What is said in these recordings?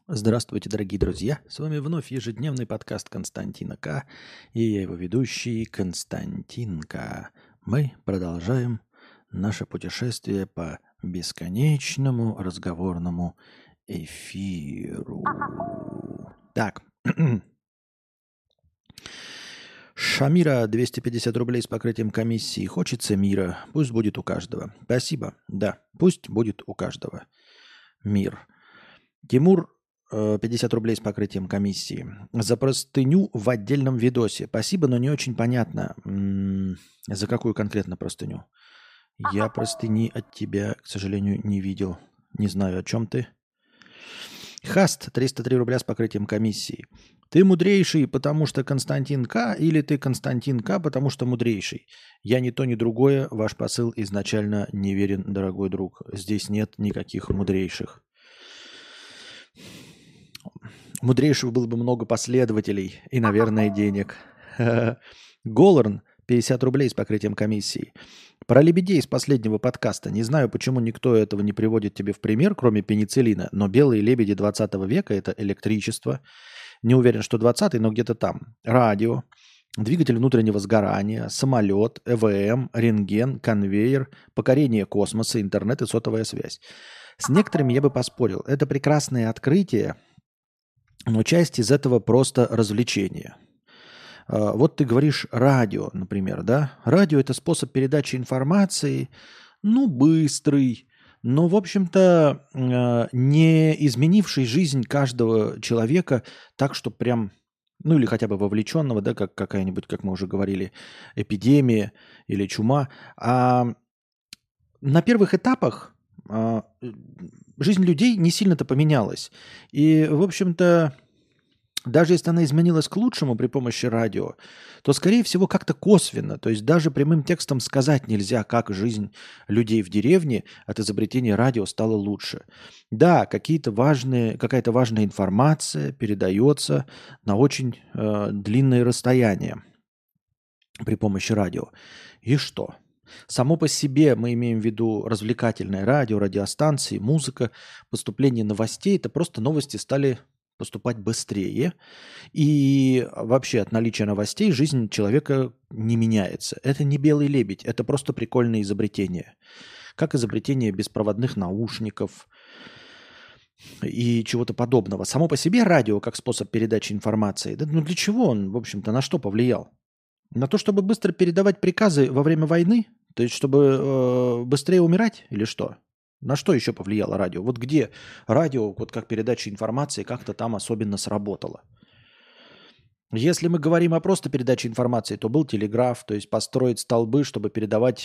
Здравствуйте, дорогие друзья! С вами вновь ежедневный подкаст Константина К. И я его ведущий Константин К. Мы продолжаем наше путешествие по бесконечному разговорному эфиру. Так. Шамира 250 рублей с покрытием комиссии. Хочется мира. Пусть будет у каждого. Спасибо. Да, пусть будет у каждого мир. Тимур 50 рублей с покрытием комиссии. За простыню в отдельном видосе. Спасибо, но не очень понятно, за какую конкретно простыню. Я простыни от тебя, к сожалению, не видел. Не знаю, о чем ты. Хаст 303 рубля с покрытием комиссии. Ты мудрейший, потому что Константин К, или ты Константин К, потому что мудрейший? Я ни то, ни другое. Ваш посыл изначально неверен, дорогой друг. Здесь нет никаких мудрейших. Мудрейшего было бы много последователей и, наверное, денег. Голорн 50 рублей с покрытием комиссии. Про лебедей из последнего подкаста. Не знаю, почему никто этого не приводит тебе в пример, кроме пенициллина, но белые лебеди 20 века – это электричество. Не уверен, что 20-й, но где-то там. Радио, двигатель внутреннего сгорания, самолет, ЭВМ, рентген, конвейер, покорение космоса, интернет и сотовая связь. С некоторыми я бы поспорил. Это прекрасные открытия, но часть из этого просто развлечение. Вот ты говоришь радио, например, да? Радио – это способ передачи информации, быстрый, но, в общем-то, не изменивший жизнь каждого человека так, что прям, или хотя бы вовлеченного, да, как какая-нибудь, как мы уже говорили, эпидемия или чума. А на первых этапах жизнь людей не сильно-то поменялась. И, в общем-то, даже если она изменилась к лучшему при помощи радио, то, скорее всего, как-то косвенно. То есть даже прямым текстом сказать нельзя, как жизнь людей в деревне от изобретения радио стала лучше. Да, какая-то важная информация передается на очень длинные расстояния при помощи радио. И что? Само по себе мы имеем в виду развлекательное радио, радиостанции, музыка, поступление новостей. Это просто новости стали поступать быстрее. И вообще от наличия новостей жизнь человека не меняется. Это не белый лебедь, это просто прикольное изобретение. Как изобретение беспроводных наушников и чего-то подобного. Само по себе радио как способ передачи информации. Да, для чего он, в общем-то, на что повлиял? На то, чтобы быстро передавать приказы во время войны? То есть, чтобы быстрее умирать или что? На что еще повлияло радио? Вот где радио, вот как передача информации, как-то там особенно сработало? Если мы говорим о просто передаче информации, то был телеграф, то есть построить столбы, чтобы передавать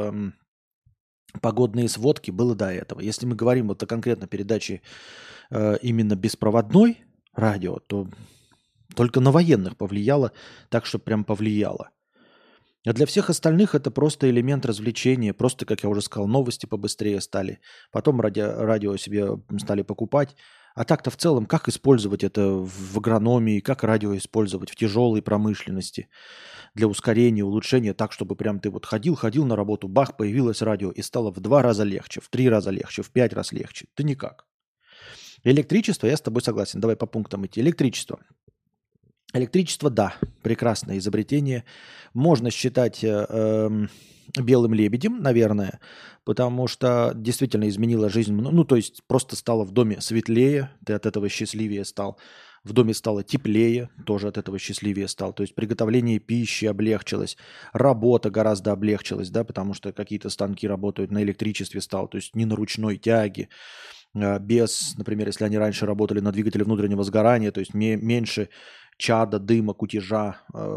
погодные сводки, было до этого. Если мы говорим вот о конкретно передаче именно беспроводной радио, то только на военных повлияло так, что прям повлияло. А для всех остальных это просто элемент развлечения. Просто, как я уже сказал, новости побыстрее стали. Потом радио себе стали покупать. А так-то в целом, как использовать это в агрономии, как радио использовать в тяжелой промышленности для ускорения, улучшения, так, чтобы прям ты вот ходил на работу, бах, появилось радио и стало в 2 раза легче, в 3 раза легче, в 5 раз легче. Да никак. Электричество, я с тобой согласен. Давай по пунктам идти. Электричество, да, прекрасное изобретение. Можно считать белым лебедем, наверное, потому что действительно изменило жизнь. То есть просто стало в доме светлее, ты от этого счастливее стал. В доме стало теплее, тоже от этого счастливее стал. То есть приготовление пищи облегчилось, работа гораздо облегчилась, да, потому что какие-то станки работают на электричестве стал, то есть не на ручной тяге, без, например, если они раньше работали на двигателе внутреннего сгорания, то есть меньше чада, дыма, кутежа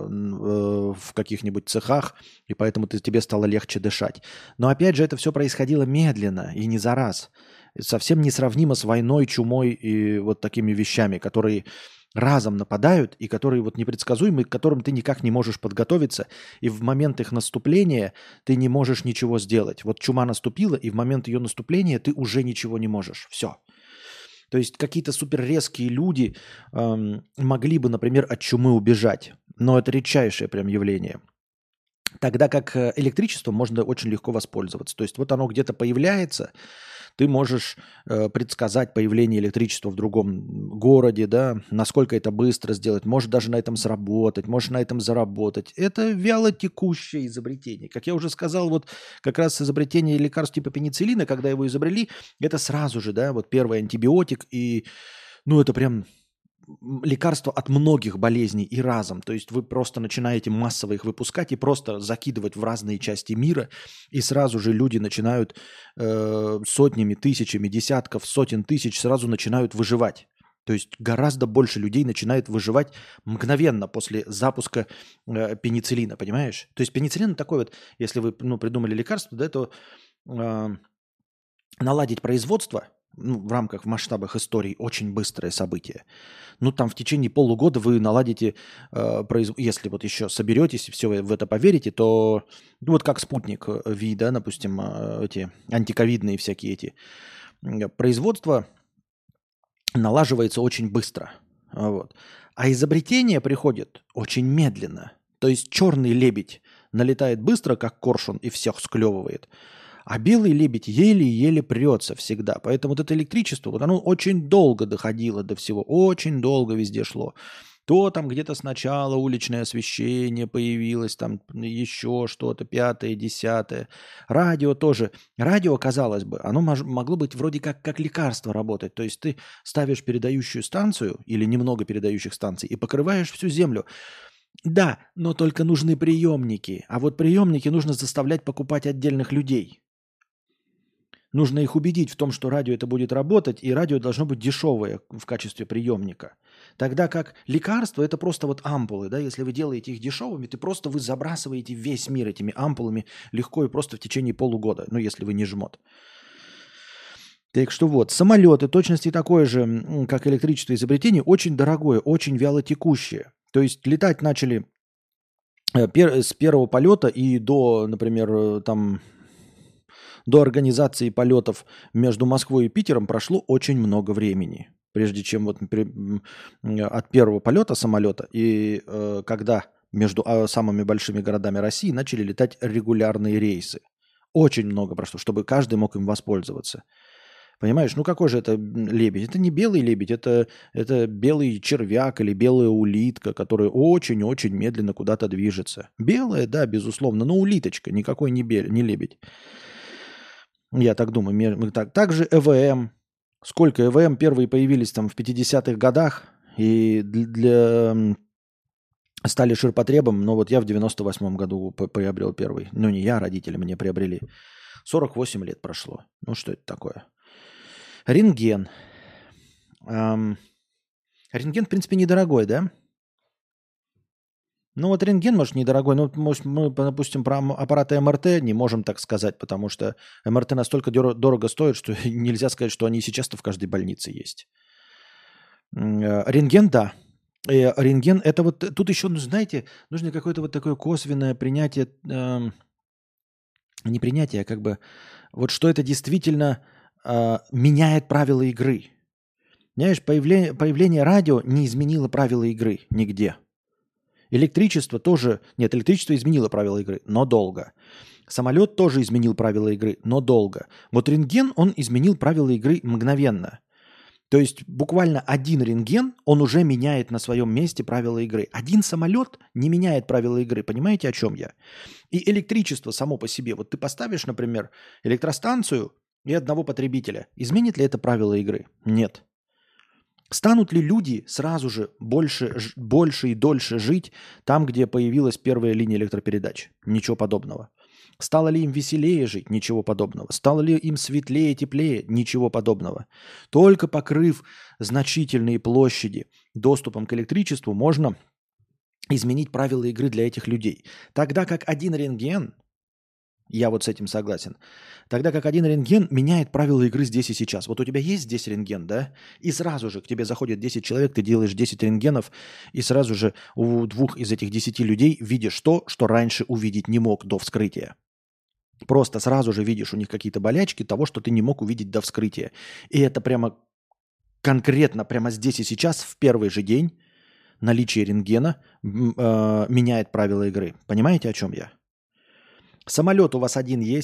в каких-нибудь цехах, и поэтому тебе стало легче дышать. Но опять же, это все происходило медленно и не за раз. Совсем несравнимо с войной, чумой и вот такими вещами, которые разом нападают и которые вот непредсказуемы, к которым ты никак не можешь подготовиться, и в момент их наступления ты не можешь ничего сделать. Вот чума наступила, и в момент ее наступления ты уже ничего не можешь. Все. То есть какие-то суперрезкие люди могли бы, например, от чумы убежать, но это редчайшее прям явление. Тогда как электричеством можно очень легко воспользоваться. То есть вот оно где-то появляется, ты можешь предсказать появление электричества в другом городе, да, насколько это быстро сделать, можешь даже на этом сработать, можешь на этом заработать. Это вяло текущее изобретение. Как я уже сказал, вот как раз изобретение лекарств типа пенициллина, когда его изобрели, это сразу же, да, вот первый антибиотик, и, ну, это прям лекарства от многих болезней и разом. То есть вы просто начинаете массово их выпускать и просто закидывать в разные части мира, и сразу же люди начинают сотнями, тысячами, десятков, сотен тысяч сразу начинают выживать. То есть гораздо больше людей начинает выживать мгновенно после запуска пенициллина, понимаешь? То есть пенициллин такой вот, если вы придумали лекарство, да, то наладить производство в рамках, в масштабах истории очень быстрое событие. Ну, там в течение полугода вы наладите, если вот еще соберетесь и все в это поверите, то вот как спутник Ви, да, допустим, эти антиковидные всякие эти производства налаживается очень быстро. Вот. А изобретение приходит очень медленно. То есть черный лебедь налетает быстро, как коршун, и всех склевывает. А белый лебедь еле-еле прется всегда. Поэтому вот это электричество, вот оно очень долго доходило до всего, очень долго везде шло. То там где-то сначала уличное освещение появилось, там еще что-то, пятое, десятое. Радио тоже. Радио, казалось бы, оно могло быть вроде как лекарство работать. То есть ты ставишь передающую станцию или немного передающих станций и покрываешь всю землю. Да, но только нужны приемники. А вот приемники нужно заставлять покупать отдельных людей. Нужно их убедить в том, что радио это будет работать, и радио должно быть дешевое в качестве приемника. Тогда как лекарство это просто вот ампулы, да, если вы делаете их дешевыми, вы забрасываете весь мир этими ампулами легко и просто в течение полугода, ну если вы не жмот. Так что вот, самолеты, точности такое же, как электричество изобретение, очень дорогое, очень вялотекущее. То есть летать начали с первого полета и до, например, там до организации полетов между Москвой и Питером прошло очень много времени, прежде чем вот от первого полета самолета и когда между самыми большими городами России начали летать регулярные рейсы. Очень много прошло, чтобы каждый мог им воспользоваться. Понимаешь, ну какой же это лебедь? Это не белый лебедь, это белый червяк или белая улитка, которая очень-очень медленно куда-то движется. Белая, да, безусловно, но улиточка, никакой не лебедь. Я так думаю. Также ЭВМ. Сколько ЭВМ первые появились там в 50-х годах и стали ширпотребом, но вот я в 98-м году приобрел первый. Ну не я, родители мне приобрели. 48 лет прошло. Ну что это такое? Рентген. Рентген, в принципе, недорогой, да? Ну вот рентген, может, недорогой, но может, мы, допустим, про аппараты МРТ не можем так сказать, потому что МРТ настолько дорого стоит, что нельзя сказать, что они сейчас-то в каждой больнице есть. Рентген, да. Рентген, это вот тут еще, ну, знаете, нужно какое-то вот такое косвенное принятие, не принятие, а как бы, вот что это действительно меняет правила игры. Понимаешь, появление радио не изменило правила игры нигде. Электричество тоже... Нет, электричество изменило правила игры, но долго. Самолет тоже изменил правила игры, но долго. Вот рентген, он изменил правила игры мгновенно. То есть буквально один рентген, он уже меняет на своем месте правила игры. Один самолет не меняет правила игры. Понимаете, о чем я? И электричество само по себе. Вот ты поставишь, например, электростанцию и одного потребителя. Изменит ли это правила игры? Нет. Станут ли люди сразу же больше и дольше жить там, где появилась первая линия электропередач? Ничего подобного. Стало ли им веселее жить? Ничего подобного. Стало ли им светлее, теплее? Ничего подобного. Только покрыв значительные площади доступом к электричеству, можно изменить правила игры для этих людей. Тогда как один рентген, я вот с этим согласен, тогда как один рентген меняет правила игры здесь и сейчас. Вот у тебя есть здесь рентген, да? И сразу же к тебе заходит 10 человек, ты делаешь 10 рентгенов, и сразу же у двух из этих 10 людей видишь то, что раньше увидеть не мог до вскрытия. Просто сразу же видишь у них какие-то болячки того, что ты не мог увидеть до вскрытия. И это прямо конкретно, прямо здесь и сейчас, в первый же день, наличие рентгена меняет правила игры. Понимаете, о чем я? Самолет у вас один есть,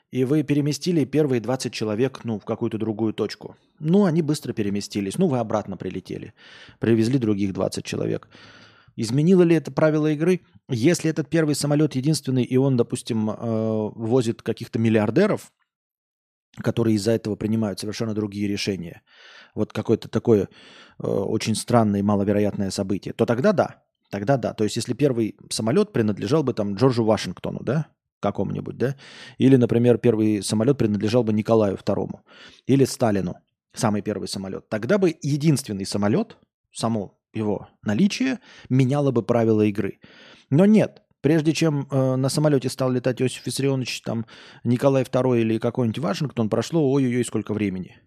и вы переместили первые 20 человек, ну, в какую-то другую точку. Ну, они быстро переместились. Ну, вы обратно прилетели. Привезли других 20 человек. Изменило ли это правила игры? Если этот первый самолет единственный, и он, допустим, возит каких-то миллиардеров, которые из-за этого принимают совершенно другие решения, вот какое-то такое очень странное и маловероятное событие, то тогда да. Тогда да. То есть, если первый самолет принадлежал бы там Джорджу Вашингтону, да, какому-нибудь, да, или, например, первый самолет принадлежал бы Николаю II или Сталину, самый первый самолет, тогда бы единственный самолет, само его наличие, меняло бы правила игры. Но нет. Прежде чем на самолете стал летать Иосиф Виссарионович, там, Николай II или какой-нибудь Вашингтон, прошло ой-ой-ой сколько времени.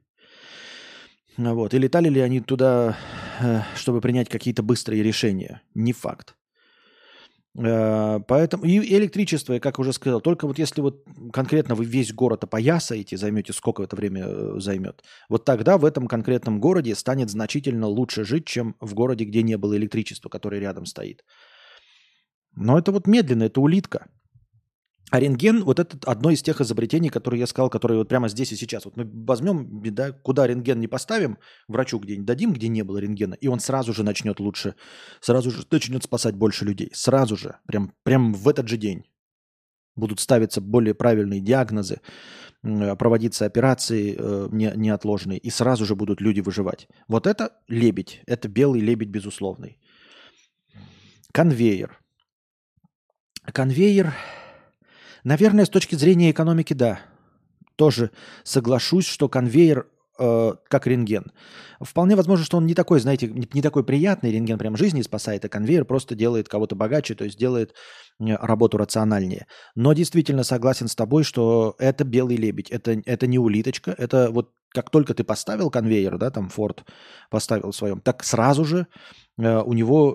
Вот. И летали ли они туда, чтобы принять какие-то быстрые решения? Не факт. Поэтому и электричество, как уже сказал, только вот если вот конкретно вы весь город опоясаете, займете, сколько это время займет, вот тогда в этом конкретном городе станет значительно лучше жить, чем в городе, где не было электричества, которое рядом стоит. Но это вот медленно, это улитка. А рентген, вот это одно из тех изобретений, которые я сказал, которые вот прямо здесь и сейчас. Вот мы возьмем, да, куда рентген не поставим, врачу где-нибудь дадим, где не было рентгена, и он сразу же начнет лучше, сразу же начнет спасать больше людей. Сразу же, прям в этот же день будут ставиться более правильные диагнозы, проводиться операции неотложные, и сразу же будут люди выживать. Вот это лебедь, это белый лебедь безусловный. Конвейер. Конвейер... Наверное, с точки зрения экономики, да. Тоже соглашусь, что конвейер как рентген. Вполне возможно, что он не такой, знаете, не такой приятный, рентген прям жизни спасает, а конвейер просто делает кого-то богаче, то есть делает работу рациональнее. Но действительно согласен с тобой, что это белый лебедь, это не улиточка, это вот как только ты поставил конвейер, да, там Ford поставил в своем, так сразу же у него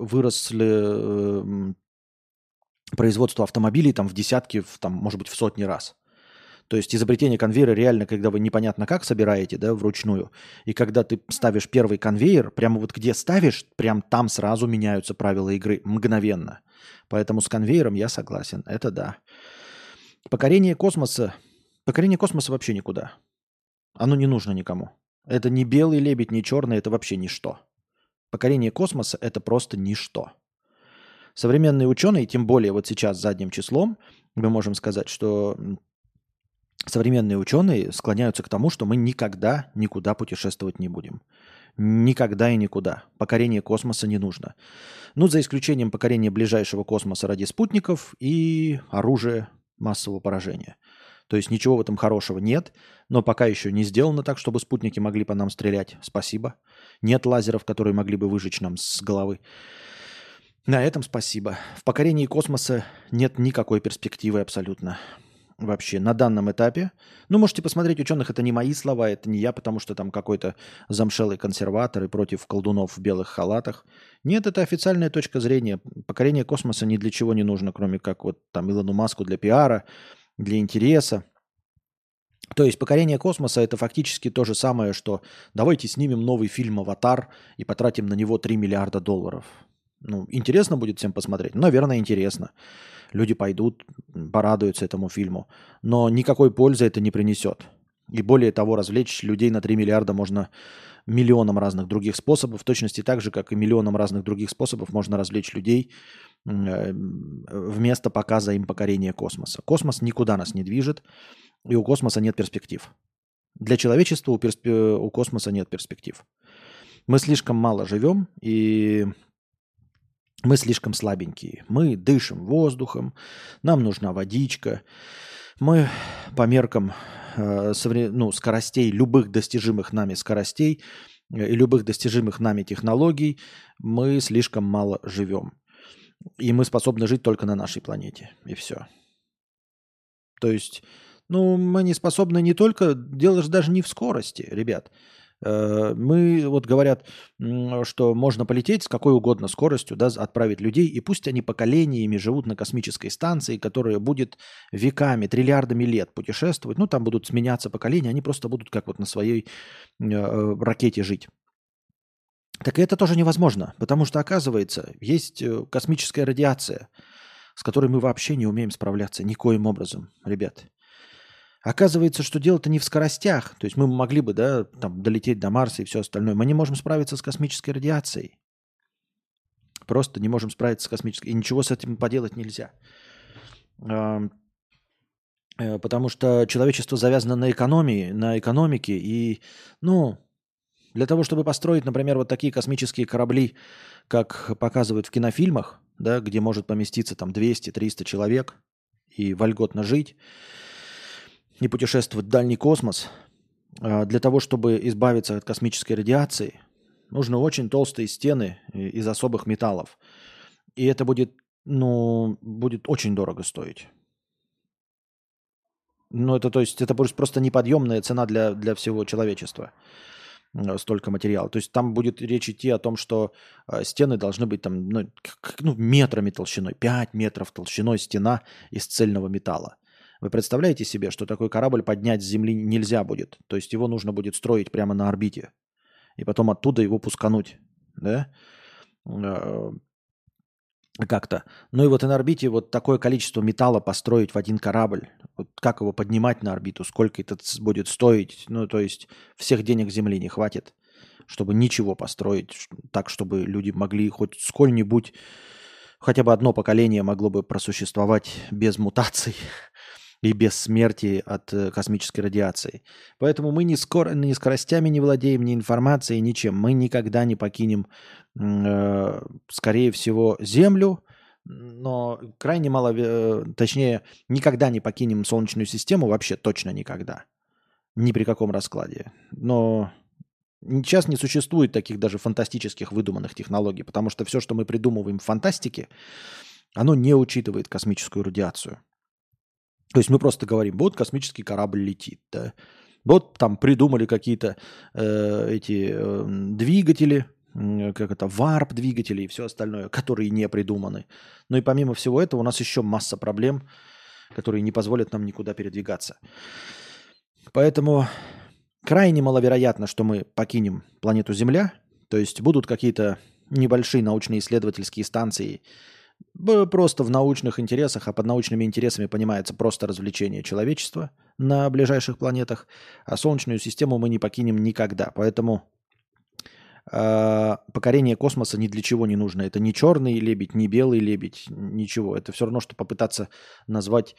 выросли производство автомобилей там в десятки, там, может быть, в сотни раз. То есть изобретение конвейера реально, когда вы непонятно как собираете, да, вручную, и когда ты ставишь первый конвейер, прямо вот где ставишь, прям там сразу меняются правила игры мгновенно. Поэтому с конвейером я согласен, это да. Покорение космоса вообще никуда. Оно не нужно никому. Это не белый лебедь, не черный, это вообще ничто. Покорение космоса – это просто ничто. Современные ученые, тем более вот сейчас задним числом, мы можем сказать, что современные ученые склоняются к тому, что мы никогда никуда путешествовать не будем. Никогда и никуда. Покорение космоса не нужно. Ну, за исключением покорения ближайшего космоса ради спутников и оружия массового поражения. То есть ничего в этом хорошего нет, но пока еще не сделано так, чтобы спутники могли по нам стрелять. Спасибо. Нет лазеров, которые могли бы выжечь нам с головы. На этом спасибо. В покорении космоса нет никакой перспективы абсолютно. Вообще, на данном этапе. Ну, можете посмотреть ученых, это не мои слова, это не я, потому что там какой-то замшелый консерватор и против колдунов в белых халатах. Нет, это официальная точка зрения. Покорение космоса ни для чего не нужно, кроме как вот там Илону Маску для пиара, для интереса. То есть покорение космоса – это фактически то же самое, что давайте снимем новый фильм «Аватар» и потратим на него 3 миллиарда долларов. Ну, интересно будет всем посмотреть? Наверное, интересно. Люди пойдут, порадуются этому фильму. Но никакой пользы это не принесет. И более того, развлечь людей на 3 миллиарда можно миллионом разных других способов. В точности так же, как и миллионом разных других способов можно развлечь людей вместо показа им покорения космоса. Космос никуда нас не движет, и у космоса нет перспектив. Для человечества у космоса нет перспектив. Мы слишком мало живем, и мы слишком слабенькие. Мы дышим воздухом, нам нужна водичка. Мы по меркам скоростей, любых достижимых нами скоростей и любых достижимых нами технологий, мы слишком мало живем. И мы способны жить только на нашей планете. И все. То есть, мы не способны не только... Дело же даже не в скорости, ребят. Мы, вот говорят, что можно полететь с какой угодно скоростью, да, отправить людей, и пусть они поколениями живут на космической станции, которая будет веками, триллиардами лет путешествовать, там будут сменяться поколения, они просто будут как вот на своей ракете жить. Так это тоже невозможно, потому что, оказывается, есть космическая радиация, с которой мы вообще не умеем справляться никоим образом, ребят. Оказывается, что дело-то не в скоростях. То есть мы могли бы, да, там, долететь до Марса и все остальное. Мы не можем справиться с космической радиацией. Просто не можем справиться с космической. И ничего с этим поделать нельзя. Потому что человечество завязано на экономии, на экономике. И, ну, для того, чтобы построить, например, вот такие космические корабли, как показывают в кинофильмах, да, где может поместиться там 200-300 человек и вольготно жить, и путешествовать в дальний космос, для того, чтобы избавиться от космической радиации, нужны очень толстые стены из особых металлов. И это будет, ну, будет очень дорого стоить. Ну, это, то есть, это будет просто неподъемная цена для всего человечества. Столько материала. То есть там будет речь идти о том, что стены должны быть там, ну, метрами толщиной, 5 метров толщиной стена из цельного металла. Вы представляете себе, что такой корабль поднять с Земли нельзя будет? То есть его нужно будет строить прямо на орбите. И потом оттуда его пускануть. Да? Как-то. Ну и вот и на орбите вот такое количество металла построить в один корабль. Вот как его поднимать на орбиту, сколько это будет стоить. Ну, то есть всех денег Земли не хватит, чтобы ничего построить так, чтобы люди могли хоть сколь-нибудь, хотя бы одно поколение могло бы просуществовать без мутаций и без смерти от космической радиации. Поэтому мы ни скоростями не владеем, ни информацией, ничем. Мы никогда не покинем, скорее всего, Землю, но крайне мало, точнее, никогда не покинем Солнечную систему, вообще точно никогда. Ни при каком раскладе. Но сейчас не существует таких даже фантастических выдуманных технологий, потому что все, что мы придумываем в фантастике, оно не учитывает космическую радиацию. То есть мы просто говорим, вот космический корабль летит, да. Вот там придумали какие-то двигатели, как это, варп-двигатели и все остальное, которые не придуманы. Ну и помимо всего этого у нас еще масса проблем, которые не позволят нам никуда передвигаться. Поэтому крайне маловероятно, что мы покинем планету Земля. То есть будут какие-то небольшие научно-исследовательские станции, просто в научных интересах, а под научными интересами понимается просто развлечение человечества на ближайших планетах, а Солнечную систему мы не покинем никогда. Поэтому покорение космоса ни для чего не нужно. Это не черный лебедь, не белый лебедь, ничего. Это все равно, что попытаться назвать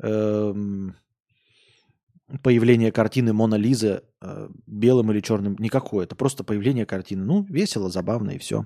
появление картины Мона Лизы белым или черным. Никакое. Это просто появление картины. Ну, весело, забавно и все.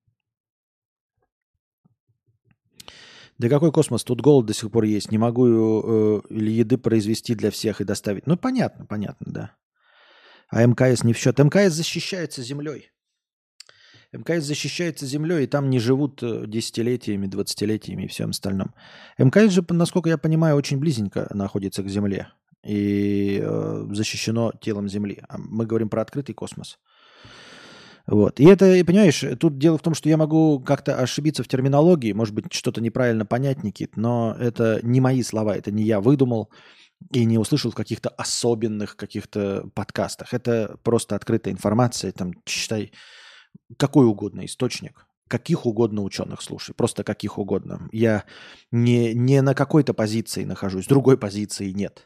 Да какой космос? Тут голод до сих пор есть. Не могу или еды произвести для всех и доставить. Ну, понятно, да. А МКС не в счет. МКС защищается землей. МКС защищается землей, и там не живут десятилетиями, 20-летиями и всем остальном. МКС же, насколько я понимаю, очень близенько находится к Земле и защищено телом Земли. А мы говорим про открытый космос. Вот. И это, понимаешь, тут дело в том, что я могу как-то ошибиться в терминологии, может быть, что-то неправильно понять, Никит, но это не мои слова, это не я выдумал и не услышал в каких-то особенных каких-то подкастах. Это просто открытая информация, там, читай, какой угодно источник, каких угодно ученых слушай, просто каких угодно. Я не на какой-то позиции нахожусь, другой позиции нет.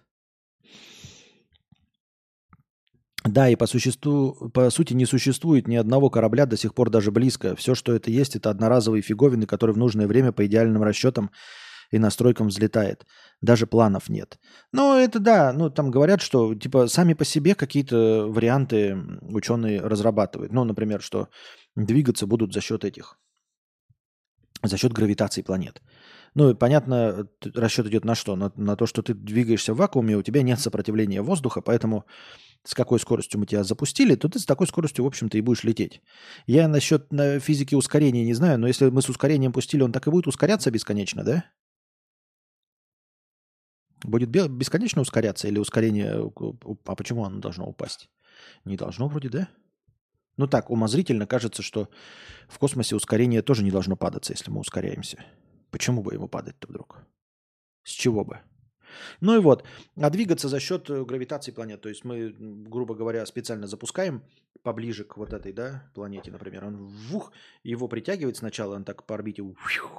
Да, и по сути не существует ни одного корабля до сих пор даже близко. Все, что это есть, это одноразовые фиговины, которые в нужное время по идеальным расчетам и настройкам взлетает. Даже планов нет. Ну, это да, ну там говорят, что типа сами по себе какие-то варианты ученые разрабатывают. Ну, например, что двигаться будут за счет гравитации планет. Ну, и понятно, расчет идет на что? На то, что ты двигаешься в вакууме, у тебя нет сопротивления воздуха, поэтому с какой скоростью мы тебя запустили, то ты с такой скоростью, в общем-то, и будешь лететь. Я насчет физики ускорения не знаю, но если мы с ускорением пустили, он так и будет ускоряться бесконечно, да? Будет бесконечно ускоряться или ускорение... А почему оно должно упасть? Не должно вроде, да? Ну так, умозрительно кажется, что в космосе ускорение тоже не должно падаться, если мы ускоряемся. Почему бы ему падать-то вдруг? С чего бы? Ну и вот, а двигаться за счет гравитации планет. То есть мы, грубо говоря, специально запускаем поближе к вот этой, да, планете, например. Он его притягивает сначала, он так по орбите.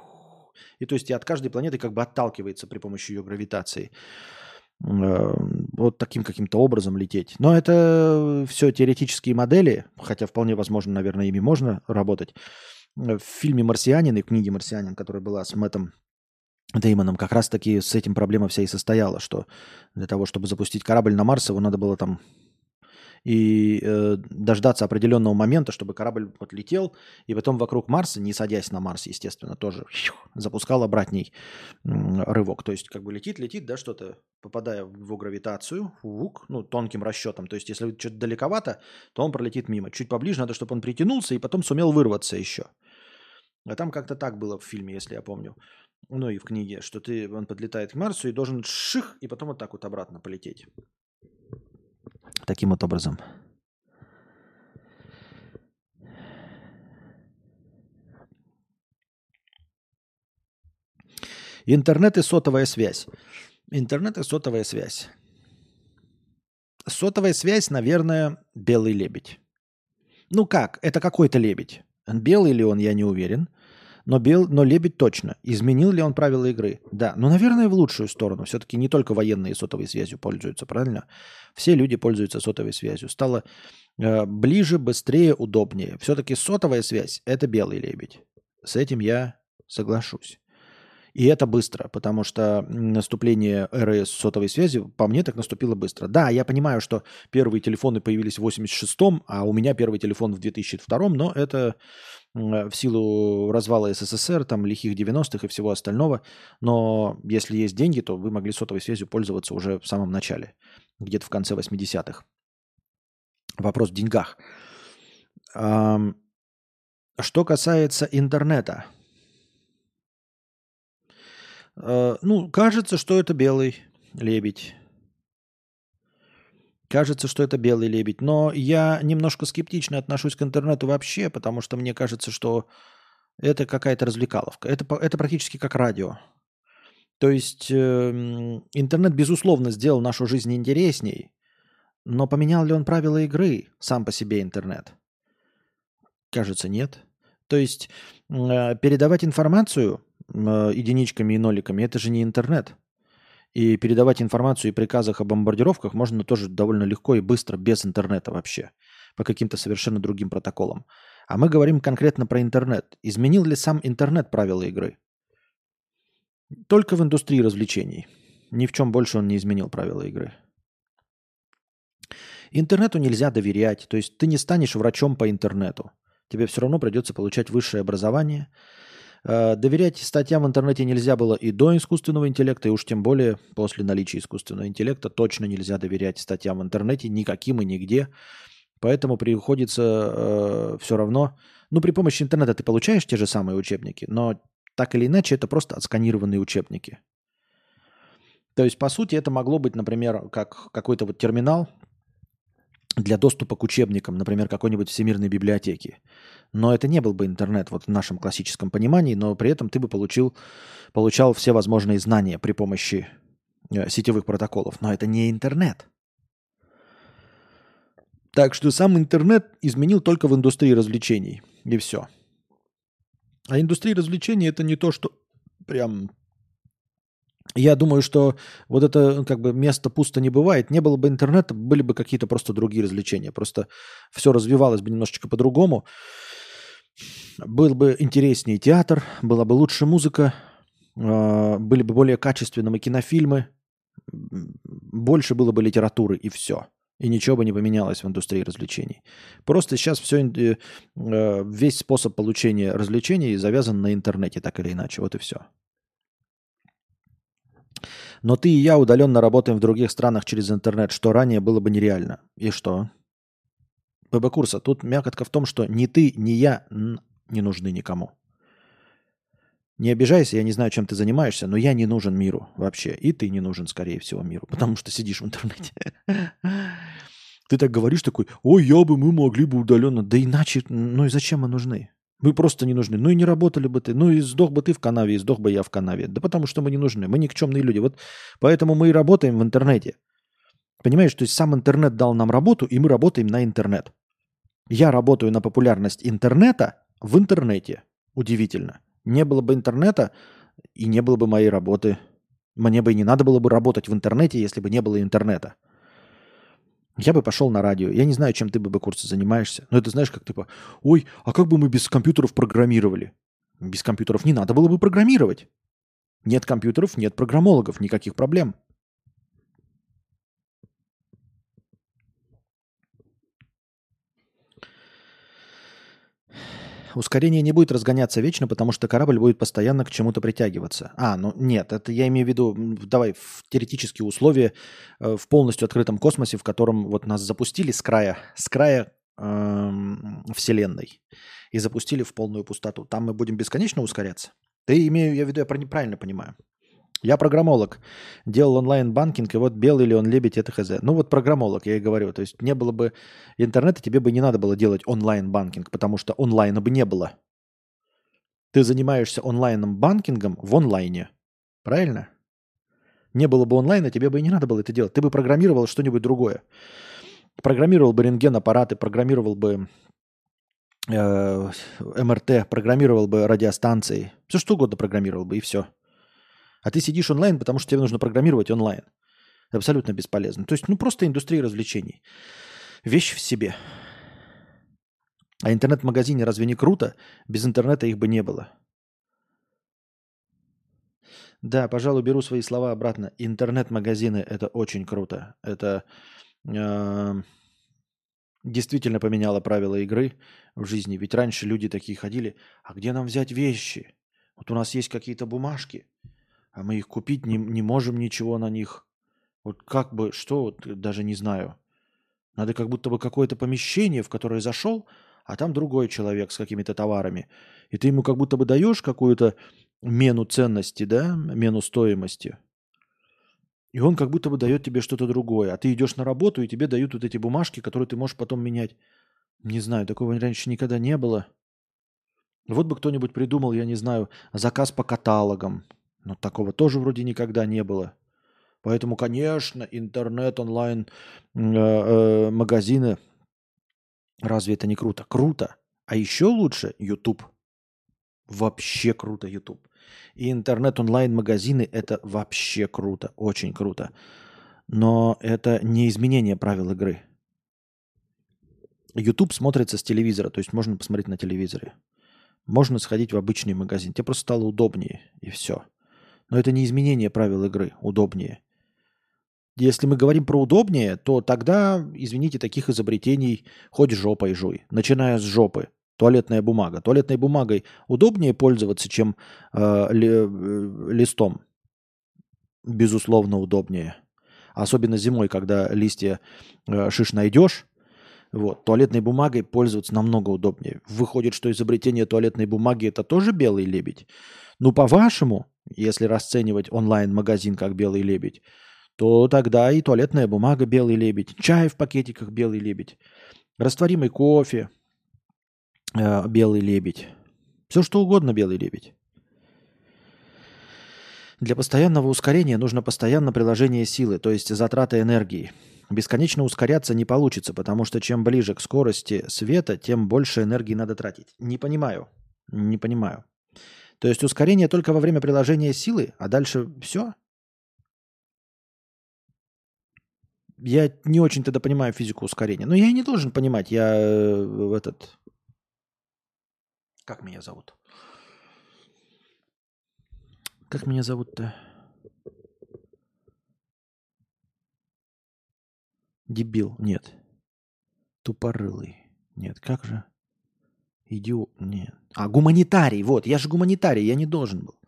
И то есть и от каждой планеты как бы отталкивается при помощи ее гравитации. вот таким каким-то образом лететь. Но это все теоретические модели, хотя вполне возможно, наверное, ими можно работать. В фильме «Марсианин» и в книге «Марсианин», которая была с Мэттом Деймоном, как раз-таки с этим проблема вся и состояла, что для того, чтобы запустить корабль на Марс, его надо было там и дождаться определенного момента, чтобы корабль вот летел, и потом вокруг Марса, не садясь на Марс, естественно, тоже запускал обратный рывок. То есть как бы летит, да, что-то, попадая в его гравитацию, ну, тонким расчетом. То есть если что-то далековато, то он пролетит мимо. Чуть поближе надо, чтобы он притянулся и потом сумел вырваться еще. А там как-то так было в фильме, если я помню. Ну и в книге, что он подлетает к Марсу и должен ших, и потом вот так вот обратно полететь. Таким вот образом. Интернет и сотовая связь. Интернет и сотовая связь. Сотовая связь, наверное, белый лебедь. Ну как, это какой-то лебедь. Белый ли он, я не уверен. Но лебедь точно. Изменил ли он правила игры? Да. Но, наверное, в лучшую сторону. Все-таки не только военные сотовой связью пользуются, правильно? Все люди пользуются сотовой связью. Стало ближе, быстрее, удобнее. Все-таки сотовая связь – это белый лебедь. С этим я соглашусь. И это быстро, потому что наступление эры сотовой связи, по мне, так наступило быстро. Да, я понимаю, что первые телефоны появились в 86-м, а у меня первый телефон в 2002-м, но это в силу развала СССР, там, лихих 90-х и всего остального. Но если есть деньги, то вы могли сотовой связью пользоваться уже в самом начале, где-то в конце 80-х. Вопрос в деньгах. Что касается интернета. Ну, кажется, что это белый лебедь. Кажется, что это белый лебедь. Но я немножко скептично отношусь к интернету вообще, потому что мне кажется, что это какая-то развлекаловка. Это практически как радио. То есть интернет, безусловно, сделал нашу жизнь интересней, но поменял ли он правила игры сам по себе интернет? Кажется, нет. То есть передавать информацию единичками и ноликами – это же не интернет. И передавать информацию и приказах о бомбардировках можно тоже довольно легко и быстро, без интернета вообще, по каким-то совершенно другим протоколам. А мы говорим конкретно про интернет. Изменил ли сам интернет правила игры? Только в индустрии развлечений. Ни в чем больше он не изменил правила игры. Интернету нельзя доверять. То есть ты не станешь врачом по интернету. Тебе все равно придется получать высшее образование. Доверять статьям в интернете нельзя было и до искусственного интеллекта, и уж тем более после наличия искусственного интеллекта точно нельзя доверять статьям в интернете никаким и нигде. Поэтому приходится все равно... Ну, при помощи интернета ты получаешь те же самые учебники, но так или иначе это просто отсканированные учебники. То есть, по сути, это могло быть, например, как какой-то вот терминал для доступа к учебникам, например, какой-нибудь всемирной библиотеки. Но это не был бы интернет вот в нашем классическом понимании, но при этом ты бы получал все возможные знания при помощи сетевых протоколов. Но это не интернет. Так что сам интернет изменил только в индустрии развлечений. И все. А индустрия развлечений – это не то, что прям... Я думаю, что вот это как бы место пусто не бывает. Не было бы интернета, были бы какие-то просто другие развлечения. Просто все развивалось бы немножечко по-другому. Был бы интереснее театр, была бы лучше музыка, были бы более качественные кинофильмы, больше было бы литературы и все. И ничего бы не поменялось в индустрии развлечений. Просто сейчас весь способ получения развлечений завязан на интернете, так или иначе. Вот и все. Но ты и я удаленно работаем в других странах через интернет, что ранее было бы нереально. И что? ПБ курса, тут мякотка в том, что ни ты, ни я не нужны никому. Не обижайся, я не знаю, чем ты занимаешься, но я не нужен миру вообще. И ты не нужен, скорее всего, миру, потому что сидишь в интернете. Ты так говоришь такой, ой, мы могли бы удаленно. Да иначе, ну и зачем мы нужны? Мы просто не нужны. Ну и не работали бы ты. Ну и сдох бы ты в канаве, и сдох бы я в канаве. Да потому что мы не нужны. Мы никчемные люди. Вот поэтому мы и работаем в интернете. Понимаешь, то есть сам интернет дал нам работу, и мы работаем на интернет. Я работаю на популярность интернета в интернете. Удивительно. Не было бы интернета, и не было бы моей работы. Мне бы и не надо было бы работать в интернете, если бы не было интернета. Я бы пошел на радио. Я не знаю, чем ты ББ-курсы занимаешься. Но это знаешь, как типа, ой, а как бы мы без компьютеров программировали? Без компьютеров не надо было бы программировать. Нет компьютеров, нет программологов, никаких проблем. Ускорение не будет разгоняться вечно, потому что корабль будет постоянно к чему-то притягиваться. Ну нет, это я имею в виду, давай, в теоретические условия в полностью открытом космосе, в котором вот нас запустили с края Вселенной и запустили в полную пустоту. Там мы будем бесконечно ускоряться? Я в виду, я неправильно понимаю. Я программолог, делал онлайн-банкинг, и вот белый ли он лебедь, это хз. Ну вот программолог, я и говорю. То есть не было бы интернета, тебе бы не надо было делать онлайн-банкинг, потому что онлайна бы не было. Ты занимаешься онлайн-банкингом в онлайне. Правильно? Не было бы онлайна, тебе бы и не надо было это делать. Ты бы программировал что-нибудь другое. Программировал бы рентген-аппараты, программировал бы МРТ, программировал бы радиостанции. Все что угодно программировал бы, и все. А ты сидишь онлайн, потому что тебе нужно программировать онлайн. Абсолютно бесполезно. То есть, просто индустрия развлечений. Вещь в себе. А интернет-магазине разве не круто? Без интернета их бы не было. Да, пожалуй, беру свои слова обратно. Интернет-магазины – это очень круто. Это действительно поменяло правила игры в жизни. Ведь раньше люди такие ходили, а где нам взять вещи? Вот у нас есть какие-то бумажки, а мы их купить не можем ничего на них. Вот как бы, что, вот, даже не знаю. Надо как будто бы какое-то помещение, в которое зашел, а там другой человек с какими-то товарами. И ты ему как будто бы даешь какую-то мену ценности, да, мену стоимости. И он как будто бы дает тебе что-то другое. А ты идешь на работу, и тебе дают вот эти бумажки, которые ты можешь потом менять. Не знаю, такого раньше никогда не было. Вот бы кто-нибудь придумал, я не знаю, заказ по каталогам. Но такого тоже вроде никогда не было. Поэтому, конечно, интернет, онлайн, магазины, разве это не круто? Круто. А еще лучше YouTube. Вообще круто YouTube. И интернет, онлайн, магазины – это вообще круто. Очень круто. Но это не изменение правил игры. YouTube смотрится с телевизора, то есть можно посмотреть на телевизоре. Можно сходить в обычный магазин. Тебе просто стало удобнее, и все. Но это не изменение правил игры. Удобнее. Если мы говорим про удобнее, то тогда, извините, таких изобретений хоть жопой жуй. Начиная с жопы. Туалетная бумага. Туалетной бумагой удобнее пользоваться, чем листом. Безусловно, удобнее. Особенно зимой, когда листья шиш найдешь, вот, туалетной бумагой пользоваться намного удобнее. Выходит, что изобретение туалетной бумаги – это тоже белый лебедь? Ну, по-вашему, если расценивать онлайн-магазин как белый лебедь, то тогда и туалетная бумага белый лебедь, чай в пакетиках белый лебедь, растворимый кофе белый лебедь. Все что угодно белый лебедь. Для постоянного ускорения нужно постоянное приложение силы, то есть затраты энергии. Бесконечно ускоряться не получится, потому что чем ближе к скорости света, тем больше энергии надо тратить. Не понимаю. Не понимаю. То есть ускорение только во время приложения силы, а дальше все? Я не очень тогда понимаю физику ускорения. Но я и не должен понимать. Я Как меня зовут? Как меня зовут-то? Дебил. Нет. Тупорылый. Нет. Как же? Идиот. Нет. Гуманитарий. Вот. Я же гуманитарий. Я не должен был.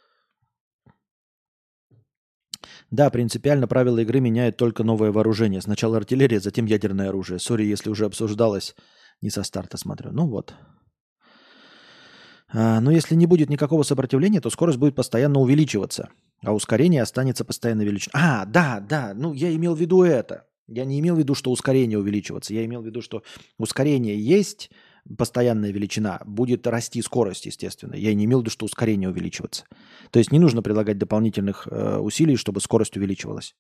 Да, принципиально правила игры меняет только новое вооружение. Сначала артиллерия, затем ядерное оружие. Сори, если уже обсуждалось. Не со старта смотрю. Ну вот. Но если не будет никакого сопротивления, то скорость будет постоянно увеличиваться, а ускорение останется постоянно величиной. Да, ну я имел в виду это. Я не имел в виду, что ускорение увеличиваться. Я имел в виду, что ускорение есть постоянная величина, будет расти скорость, естественно. Я не имел в виду, что ускорение увеличиваться. То есть не нужно прилагать дополнительных усилий, чтобы скорость увеличивалась.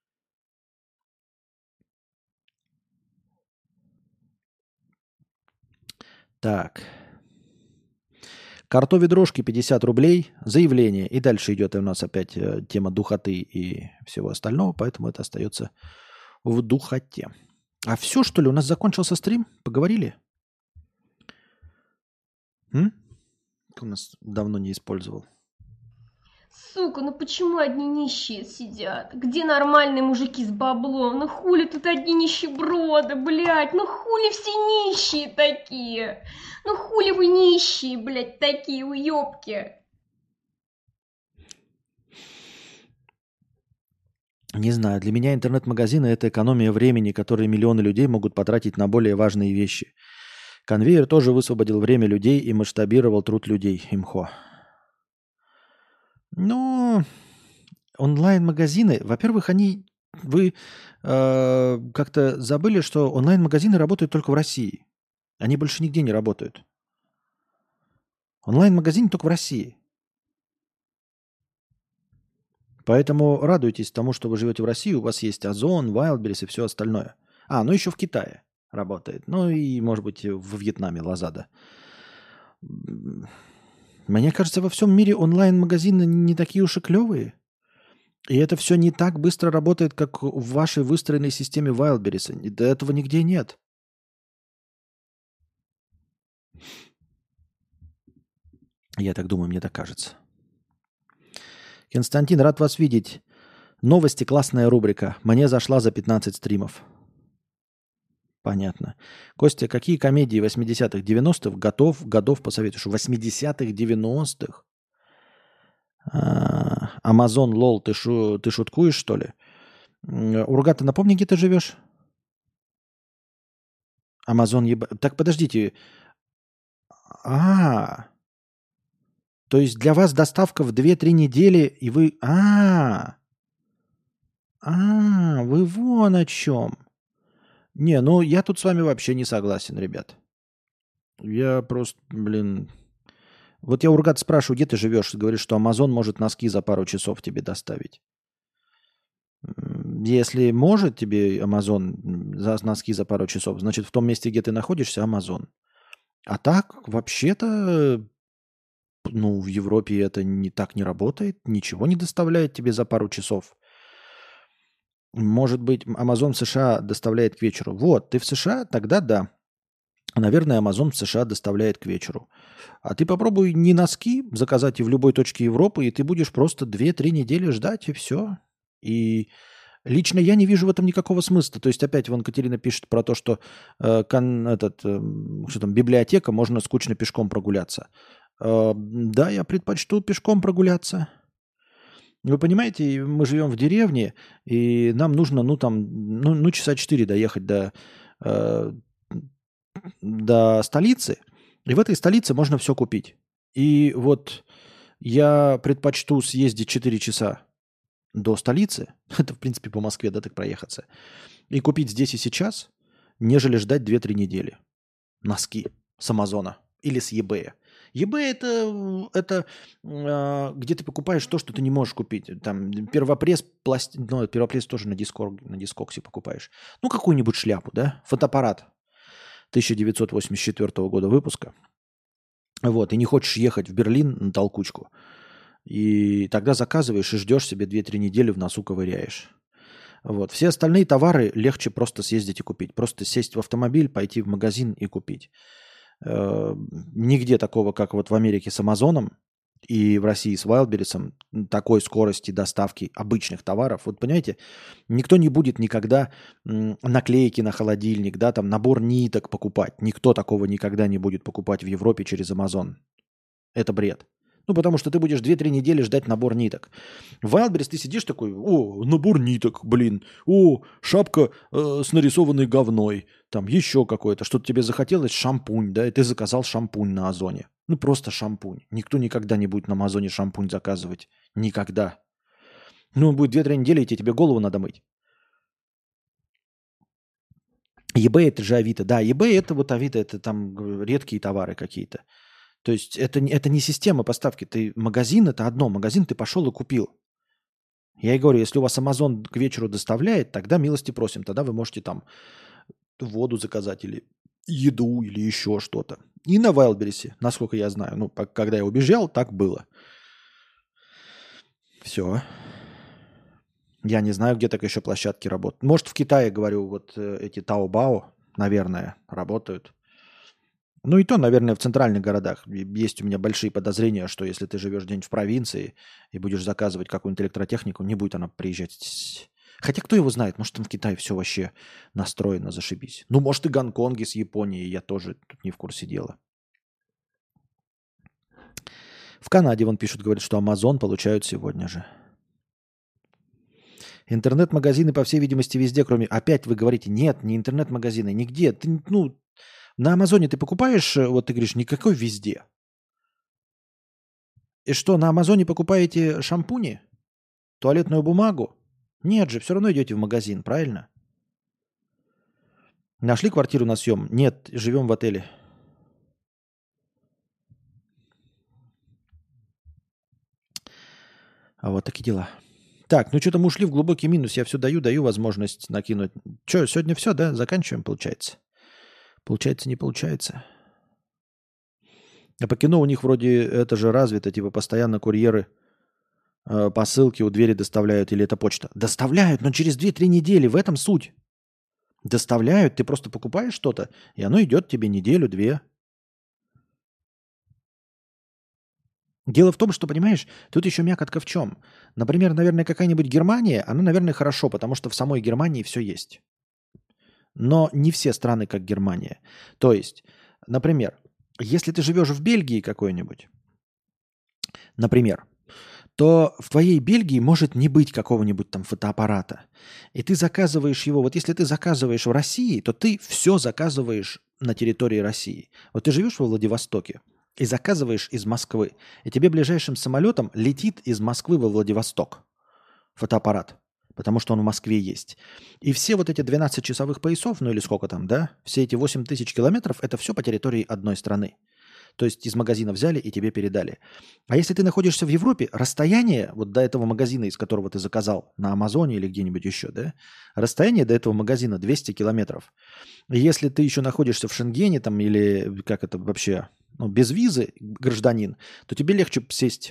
Так. Картовые дрожки 50 рублей, заявление. И дальше идет у нас опять тема духоты и всего остального, поэтому это остается в духоте. А все, что ли? У нас закончился стрим? Поговорили? Ты у нас давно не использовал. Сука, ну почему одни нищие сидят? Где нормальные мужики с баблом? Ну хули тут одни нищеброды, блядь? Ну хули все нищие такие? Ну хули вы нищие, блядь, такие уёбки? Не знаю, для меня интернет-магазины – это экономия времени, которое миллионы людей могут потратить на более важные вещи. Конвейер тоже высвободил время людей и масштабировал труд людей. Имхо. Но онлайн-магазины, во-первых, вы как-то забыли, что онлайн-магазины работают только в России. Они больше нигде не работают. Онлайн-магазин только в России. Поэтому радуйтесь тому, что вы живете в России, у вас есть Озон, Wildberries и все остальное. Ну еще в Китае работает. Ну и, может быть, в Вьетнаме Лазада. Мне кажется, во всем мире онлайн-магазины не такие уж и клевые. И это все не так быстро работает, как в вашей выстроенной системе Wildberries. До этого нигде нет. Я так думаю, мне так кажется. Константин, рад вас видеть. Новости, классная рубрика. Мне зашла за 15 стримов. Понятно. Костя, какие комедии 80-х, 90-х годов посоветуешь? 80-х, 90-х? Амазон, лол, ты шуткуешь, что ли? Урга, ты напомни, где ты живешь? Амазон, Так, подождите. То есть для вас доставка в 2-3 недели, и вы... Вы вон о чем. Не, ну я тут с вами вообще не согласен, ребят. Я просто, Вот я, Ургат, спрашиваю, где ты живешь? Ты говоришь, что Амазон может носки за пару часов тебе доставить. Если может тебе Амазон за носки за пару часов, значит, в том месте, где ты находишься, Амазон. А так, вообще-то, в Европе это не так не работает. Ничего не доставляет тебе за пару часов. Может быть, Amazon в США доставляет к вечеру. Вот, ты в США? Тогда да. Наверное, Amazon в США доставляет к вечеру. А ты попробуй не носки заказать и в любой точке Европы, и ты будешь просто 2-3 недели ждать, и все. И лично я не вижу в этом никакого смысла. То есть опять вон Катерина пишет про то, что что там, библиотека, можно скучно пешком прогуляться. Да, я предпочту пешком прогуляться. Вы понимаете, мы живем в деревне, и нам нужно, часа 4 доехать э, до столицы. И в этой столице можно все купить. И вот я предпочту съездить 4 часа до столицы, это, в принципе, по Москве, да, так проехаться, и купить здесь и сейчас, нежели ждать 2-3 недели. Носки с Амазона или с eBay. eBay это где ты покупаешь то, что ты не можешь купить. Там первопресс, первопресс тоже на дискоксе покупаешь. Ну, какую-нибудь шляпу, да? Фотоаппарат 1984 года выпуска. Вот, и не хочешь ехать в Берлин на толкучку. И тогда заказываешь и ждешь себе 2-3 недели в носу ковыряешь. Вот. Все остальные товары легче просто съездить и купить. Просто сесть в автомобиль, пойти в магазин и купить. Нигде такого, как вот в Америке с Амазоном и в России с Wildberries, такой скорости доставки обычных товаров. Вот понимаете, никто не будет никогда наклейки на холодильник, да, там набор ниток покупать. Никто такого никогда не будет покупать в Европе через Amazon. Это бред. Потому что ты будешь 2-3 недели ждать набор ниток. В Wildberries ты сидишь такой, набор ниток, шапка с нарисованной говной, там еще какое-то, что-то тебе захотелось, шампунь, да, и ты заказал шампунь на Озоне. Просто шампунь. Никто никогда не будет на Амазоне шампунь заказывать. Никогда. Будет 2-3 недели, и тебе голову надо мыть. eBay это же Авито. Да, eBay это вот Авито, это там редкие товары какие-то. То есть это не система поставки. Магазин это одно. Магазин ты пошел и купил. Я и говорю, если у вас Amazon к вечеру доставляет, тогда милости просим. Тогда вы можете там воду заказать или еду, или еще что-то. И на Wildberries, насколько я знаю. Когда я убежал, так было. Все. Я не знаю, где так еще площадки работают. Может, в Китае, говорю, вот эти Таобао, наверное, работают. Ну и то, наверное, в центральных городах. Есть у меня большие подозрения, что если ты живешь где-нибудь в провинции и будешь заказывать какую-нибудь электротехнику, не будет она приезжать. Хотя кто его знает, может там в Китае все вообще настроено, зашибись. Ну, может и Гонконге с Японией, я тоже тут не в курсе дела. В Канаде, вон пишут, говорят, что Amazon получают сегодня же. Интернет-магазины, по всей видимости, везде, кроме... Опять вы говорите, нет, не интернет-магазины, нигде. Ты, ну, на Амазоне ты покупаешь, вот ты говоришь, никакой везде. И что, на Амазоне покупаете шампуни? Туалетную бумагу? Нет же, все равно идете в магазин, правильно? Нашли квартиру на съем? Нет, живем в отеле. А вот такие дела. Так, ну что-то мы ушли в глубокий минус. Я все даю возможность накинуть. Что, сегодня все, да? Заканчиваем, получается? Получается, не получается. А по кино у них вроде это же развито, типа постоянно курьеры посылки у двери доставляют, или это почта? Доставляют, но через 2-3 недели, в этом суть. Доставляют, ты просто покупаешь что-то, и оно идет тебе неделю-две. Дело в том, что, понимаешь, тут еще мякотка в чем. Например, наверное, какая-нибудь Германия, она, наверное, хорошо, потому что в самой Германии все есть. Но не все страны, как Германия. То есть, например, если ты живешь в Бельгии какой-нибудь, например, то в твоей Бельгии может не быть какого-нибудь там фотоаппарата. И ты заказываешь его. Вот если ты заказываешь в России, то ты все заказываешь на территории России. Вот ты живешь во Владивостоке и заказываешь из Москвы. И тебе ближайшим самолетом летит из Москвы во Владивосток фотоаппарат. Потому что он в Москве есть. И все вот эти 12 часовых поясов, ну или сколько там, да, все эти 8000 километров, это все по территории одной страны. То есть из магазина взяли и тебе передали. А если ты находишься в Европе, расстояние вот до этого магазина, из которого ты заказал на Амазоне или где-нибудь еще, да, расстояние до этого магазина 200 километров. И если ты еще находишься в Шенгене там или как это вообще, ну, без визы гражданин, то тебе легче сесть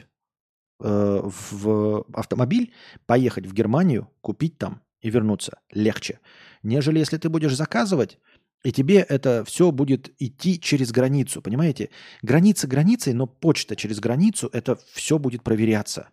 в автомобиль, поехать в Германию, купить там и вернуться легче, нежели если ты будешь заказывать, и тебе это все будет идти через границу, понимаете? Граница границей, но почта через границу, это все будет проверяться.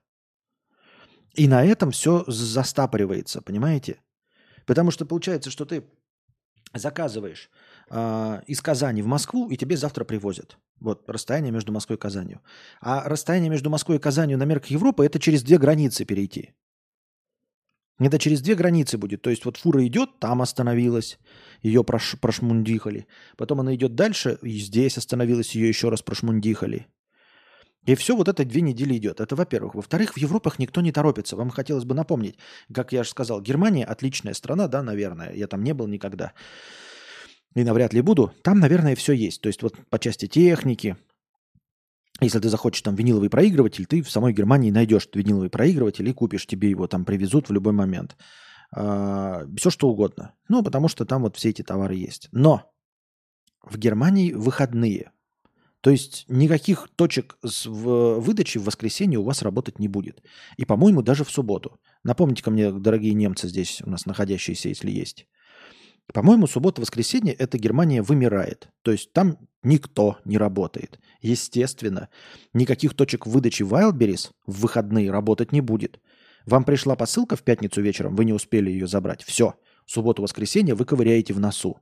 И на этом все застапоривается, понимаете? Потому что получается, что ты заказываешь из Казани в Москву, и тебе завтра привозят. Вот расстояние между Москвой и Казанью. А расстояние между Москвой и Казанью на мерках Европы – это через 2 границы перейти. Это через 2 границы будет. То есть вот фура идет, там остановилась, ее прошмундихали. Потом она идет дальше, и здесь остановилась, ее еще раз прошмундихали. И все вот это 2 недели идет. Это во-первых. Во-вторых, в Европах никто не торопится. Вам хотелось бы напомнить, как я же сказал, Германия отличная страна, да, наверное. Я там не был никогда. И навряд ли буду. Там, наверное, все есть. То есть вот по части техники, если ты захочешь там виниловый проигрыватель, ты в самой Германии найдешь виниловый проигрыватель и купишь, тебе его там привезут в любой момент. Все что угодно. Ну, потому что там вот все эти товары есть. Но в Германии выходные. То есть никаких точек выдачи в воскресенье у вас работать не будет. И, по-моему, даже в субботу. Напомните-ка мне, дорогие немцы здесь у нас находящиеся, если есть. По-моему, суббота-воскресенье это Германия вымирает. То есть там никто не работает. Естественно, никаких точек выдачи Wildberries в выходные работать не будет. Вам пришла посылка в пятницу вечером, вы не успели ее забрать. Все, субботу-воскресенье вы ковыряете в носу.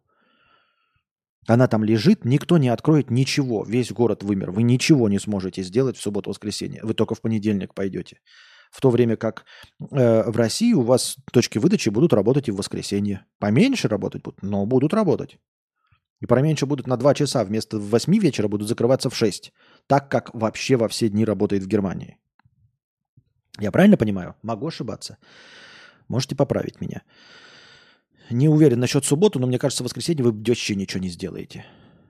Она там лежит, никто не откроет ничего. Весь город вымер. Вы ничего не сможете сделать в субботу-воскресенье. Вы только в понедельник пойдете. В то время как в России у вас точки выдачи будут работать и в воскресенье. Поменьше работать будут, но будут работать. И поменьше будут на 2 часа. Вместо 8 вечера будут закрываться в 6. Так как вообще во все дни работает в Германии. Я правильно понимаю? Могу ошибаться. Можете поправить меня. Не уверен насчет субботы, но мне кажется, в воскресенье вы вообще ничего не сделаете.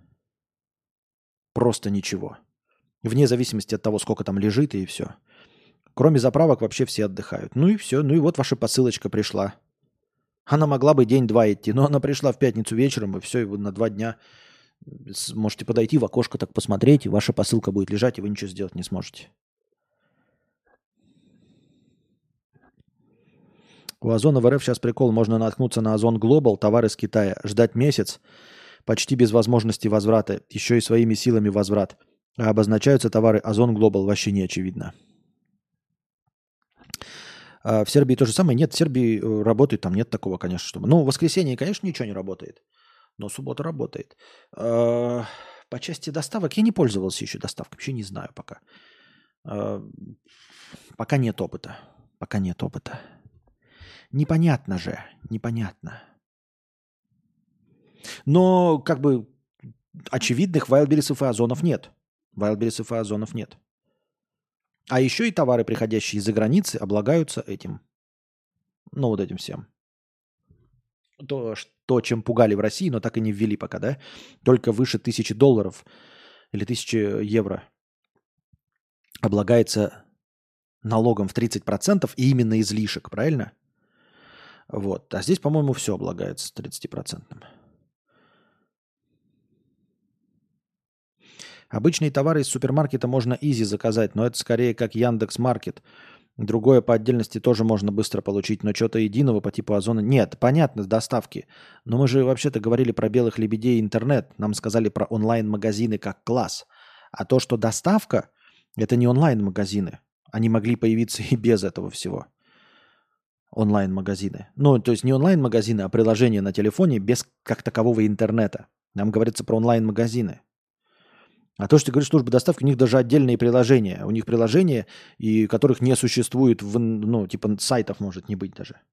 Просто ничего. Вне зависимости от того, сколько там лежит и все. Кроме заправок вообще все отдыхают. Ну и все. Ну и вот ваша посылочка пришла. Она могла бы день-два идти, но она пришла в пятницу вечером, и все, и вы на 2 дня можете подойти в окошко так посмотреть, и ваша посылка будет лежать, и вы ничего сделать не сможете. У Озона в РФ сейчас прикол. Можно наткнуться на Озон Глобал, товар из Китая, ждать месяц, почти без возможности возврата, еще и своими силами возврат. А обозначаются товары Озон Глобал, вообще не очевидно. А в Сербии то же самое. Нет, в Сербии работает, там нет такого, конечно, чтобы... Ну, в воскресенье, конечно, ничего не работает, но суббота работает. По части доставок я не пользовался еще доставкой, вообще не знаю пока. Пока нет опыта. Пока нет опыта. Непонятно же, непонятно. Но как бы очевидных Wildberries и Озонов нет. Wildberries и Озонов нет. А еще и товары, приходящие из-за границы, облагаются этим. Ну, вот этим всем. То, чем пугали в России, но так и не ввели пока, да? Только выше $1000 или 1000 евро облагается налогом в 30% и именно излишек, правильно? Вот. А здесь, по-моему, все облагается 30%. Обычные товары из супермаркета можно изи заказать, но это скорее как Яндекс.Маркет. Другое по отдельности тоже можно быстро получить, но что-то единого по типу Озона нет. Понятно, доставки. Но мы же вообще-то говорили про белых лебедей и интернет. Нам сказали про онлайн-магазины как класс. А то, что доставка, это не онлайн-магазины. Они могли появиться и без этого всего. Онлайн-магазины. Ну, то есть не онлайн-магазины, а приложения на телефоне без как такового интернета. Нам говорится про онлайн-магазины. А то, что ты говоришь, служба доставки, у них даже отдельные приложения. У них приложения, и которых не существует, ну, типа сайтов может не быть даже.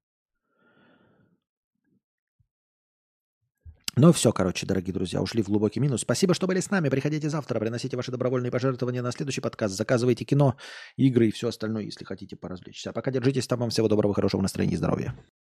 Ну все, короче, дорогие друзья, ушли в глубокий минус. Спасибо, что были с нами. Приходите завтра, приносите ваши добровольные пожертвования на следующий подкаст. Заказывайте кино, игры и все остальное, если хотите поразвлечься. А пока держитесь там. Вам всего доброго, хорошего настроения и здоровья.